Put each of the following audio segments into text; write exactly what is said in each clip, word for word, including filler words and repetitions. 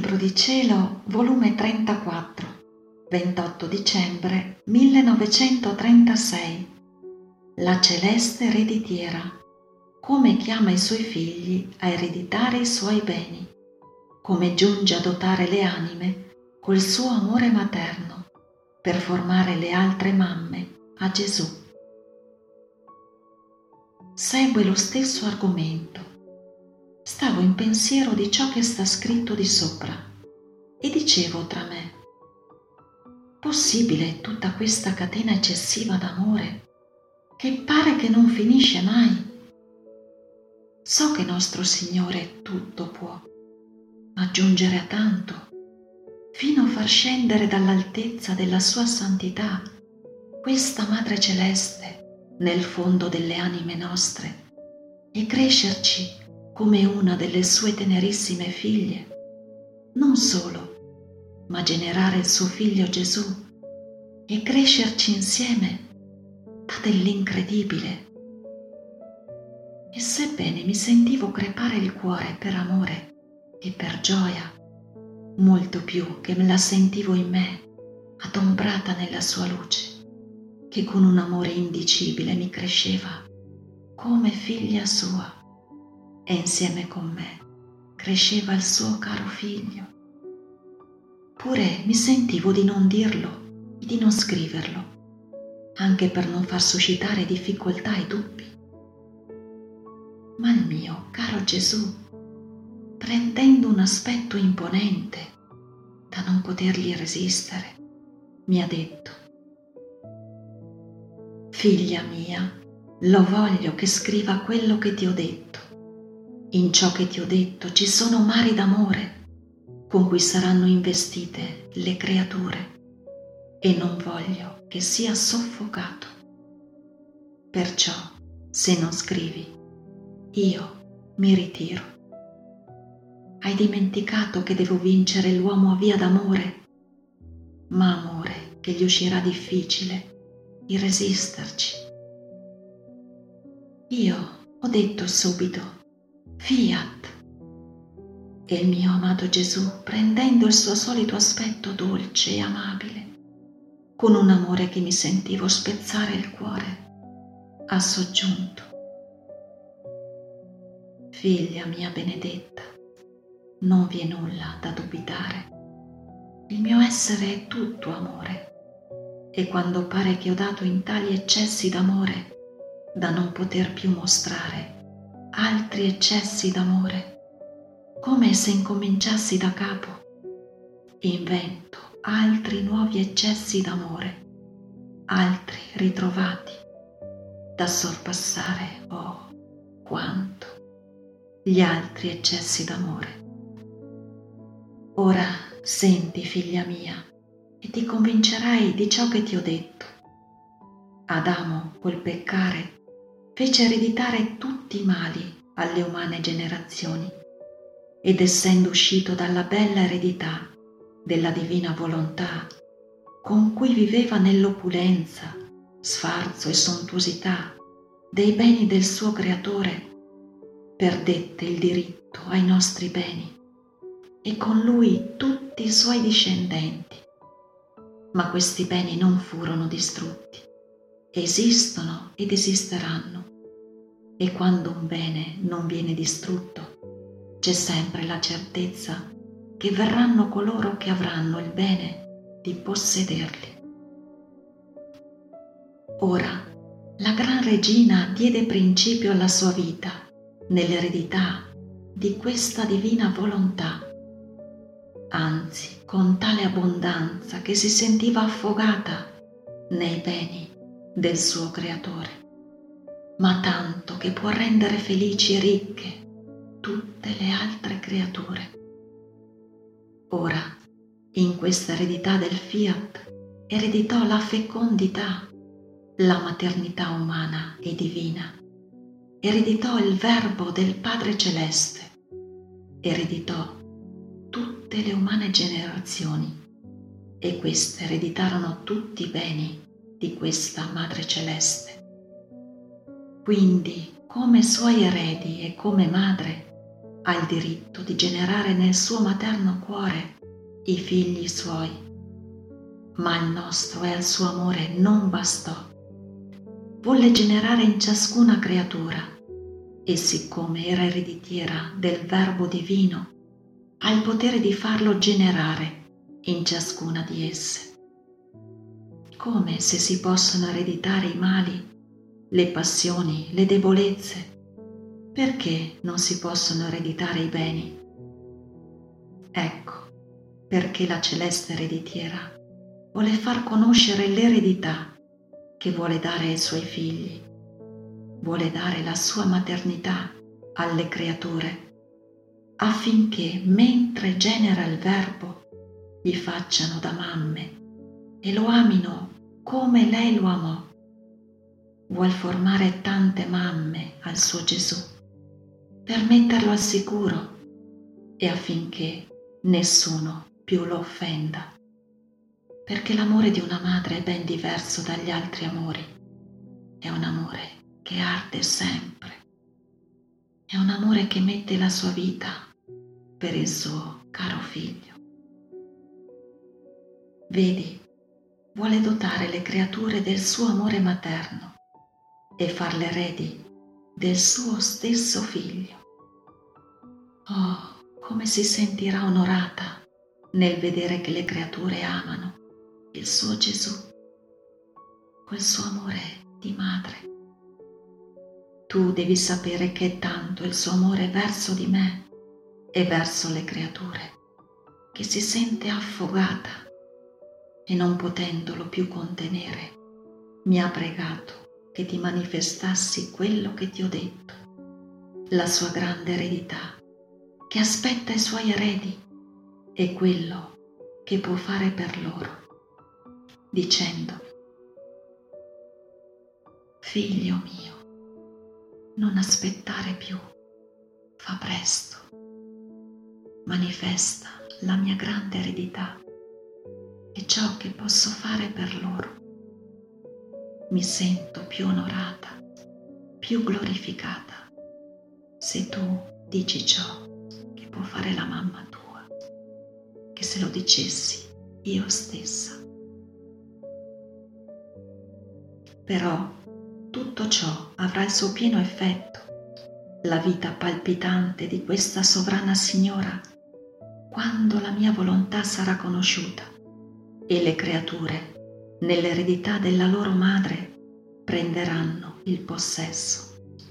Libro di Cielo, volume trentaquattro, ventotto dicembre millenovecentotrentasei. La celeste ereditiera, come chiama i suoi figli a ereditare i suoi beni, come giunge a dotare le anime col suo amore materno per formare le altre mamme a Gesù. Segue lo stesso argomento. Stavo in pensiero di ciò che sta scritto di sopra e dicevo tra me: possibile tutta questa catena eccessiva d'amore che pare che non finisce mai? So che nostro Signore tutto può, ma giungere a tanto, fino a far scendere dall'altezza della sua santità questa Madre Celeste nel fondo delle anime nostre e crescerci come una delle sue tenerissime figlie, non solo, ma generare il suo figlio Gesù e crescerci insieme dà dell'incredibile. E sebbene mi sentivo crepare il cuore per amore e per gioia, molto più che me la sentivo in me, adombrata nella sua luce, che con un amore indicibile mi cresceva come figlia sua, e insieme con me cresceva il suo caro figlio. Pure mi sentivo di non dirlo e di non scriverlo, anche per non far suscitare difficoltà e dubbi. Ma il mio caro Gesù, prendendo un aspetto imponente da non potergli resistere, mi ha detto: figlia mia, lo voglio che scriva quello che ti ho detto. In ciò che ti ho detto ci sono mari d'amore con cui saranno investite le creature e non voglio che sia soffocato. Perciò, se non scrivi, io mi ritiro. Hai dimenticato che devo vincere l'uomo a via d'amore, ma amore che gli uscirà difficile di resisterci. Io ho detto subito Fiat, e il mio amato Gesù, prendendo il suo solito aspetto dolce e amabile, con un amore che mi sentivo spezzare il cuore, ha soggiunto: figlia mia benedetta, non vi è nulla da dubitare. Il mio essere è tutto amore, e quando pare che ho dato in tali eccessi d'amore da non poter più mostrare altri eccessi d'amore, come se incominciassi da capo, invento altri nuovi eccessi d'amore, altri ritrovati, da sorpassare, oh, quanto, gli altri eccessi d'amore. Ora senti, figlia mia, e ti convincerai di ciò che ti ho detto. Adamo, col peccare, fece ereditare tutti i mali alle umane generazioni, ed essendo uscito dalla bella eredità della divina volontà, con cui viveva nell'opulenza, sfarzo e sontuosità dei beni del suo creatore, perdette il diritto ai nostri beni e con lui tutti i suoi discendenti. Ma questi beni non furono distrutti, esistono ed esisteranno, e quando un bene non viene distrutto, c'è sempre la certezza che verranno coloro che avranno il bene di possederli. Ora, la gran regina diede principio alla sua vita nell'eredità di questa divina volontà, anzi con tale abbondanza che si sentiva affogata nei beni del suo creatore, ma tanto che può rendere felici e ricche tutte le altre creature. Ora, in questa eredità del Fiat, ereditò la fecondità, la maternità umana e divina, ereditò il Verbo del Padre Celeste, ereditò tutte le umane generazioni, e queste ereditarono tutti i beni di questa Madre Celeste. Quindi, come suoi eredi e come madre, ha il diritto di generare nel suo materno cuore i figli suoi, ma il nostro e al suo amore non bastò. Volle generare in ciascuna creatura e siccome era ereditiera del Verbo divino, ha il potere di farlo generare in ciascuna di esse. Come se si possono ereditare i mali, le passioni, le debolezze, perché non si possono ereditare i beni? Ecco, perché la celeste ereditiera vuole far conoscere l'eredità che vuole dare ai suoi figli, vuole dare la sua maternità alle creature, affinché mentre genera il Verbo gli facciano da mamme e lo amino come lei lo amò. Vuol formare tante mamme al suo Gesù per metterlo al sicuro e affinché nessuno più lo offenda, perché l'amore di una madre è ben diverso dagli altri amori. È un amore che arde sempre, è un amore che mette la sua vita per il suo caro figlio. Vedi, vuole dotare le creature del suo amore materno e farle eredi del suo stesso figlio. Oh, come si sentirà onorata nel vedere che le creature amano il suo Gesù, quel suo amore di madre. Tu devi sapere che è tanto il suo amore verso di me e verso le creature, che si sente affogata e non potendolo più contenere, mi ha pregato che ti manifestassi quello che ti ho detto, la sua grande eredità che aspetta i suoi eredi e quello che può fare per loro, dicendo: figlio mio, non aspettare più, fa presto, manifesta la mia grande eredità e ciò che posso fare per loro. Mi sento più onorata, più glorificata, se tu dici ciò che può fare la mamma tua, che se lo dicessi io stessa. Però tutto ciò avrà il suo pieno effetto, la vita palpitante di questa sovrana signora, quando la mia volontà sarà conosciuta e le creature, nell'eredità della loro madre, prenderanno il possesso.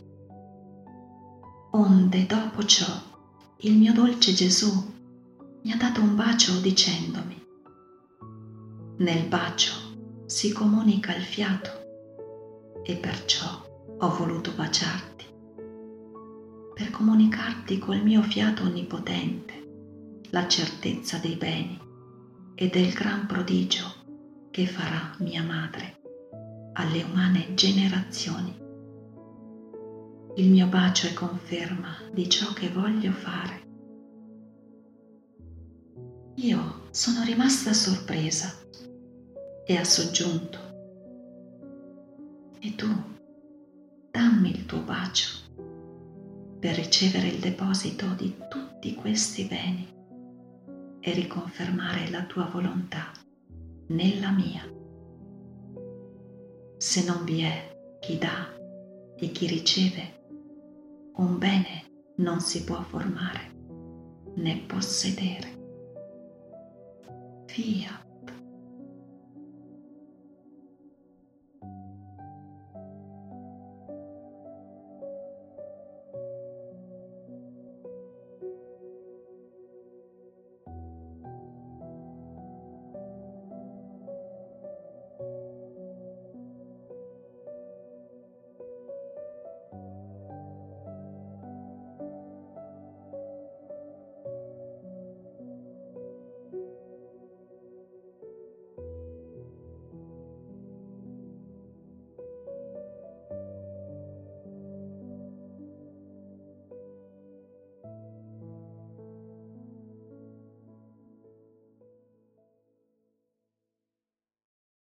Onde dopo ciò il mio dolce Gesù mi ha dato un bacio dicendomi: nel bacio si comunica il fiato e perciò ho voluto baciarti, per comunicarti col mio fiato onnipotente la certezza dei beni e del gran prodigio che farà mia madre alle umane generazioni. Il mio bacio è conferma di ciò che voglio fare. Io sono rimasta sorpresa e ha soggiunto: e tu dammi il tuo bacio per ricevere il deposito di tutti questi beni e riconfermare la tua volontà nella mia. Se non vi è chi dà e chi riceve, un bene non si può formare né possedere. Via,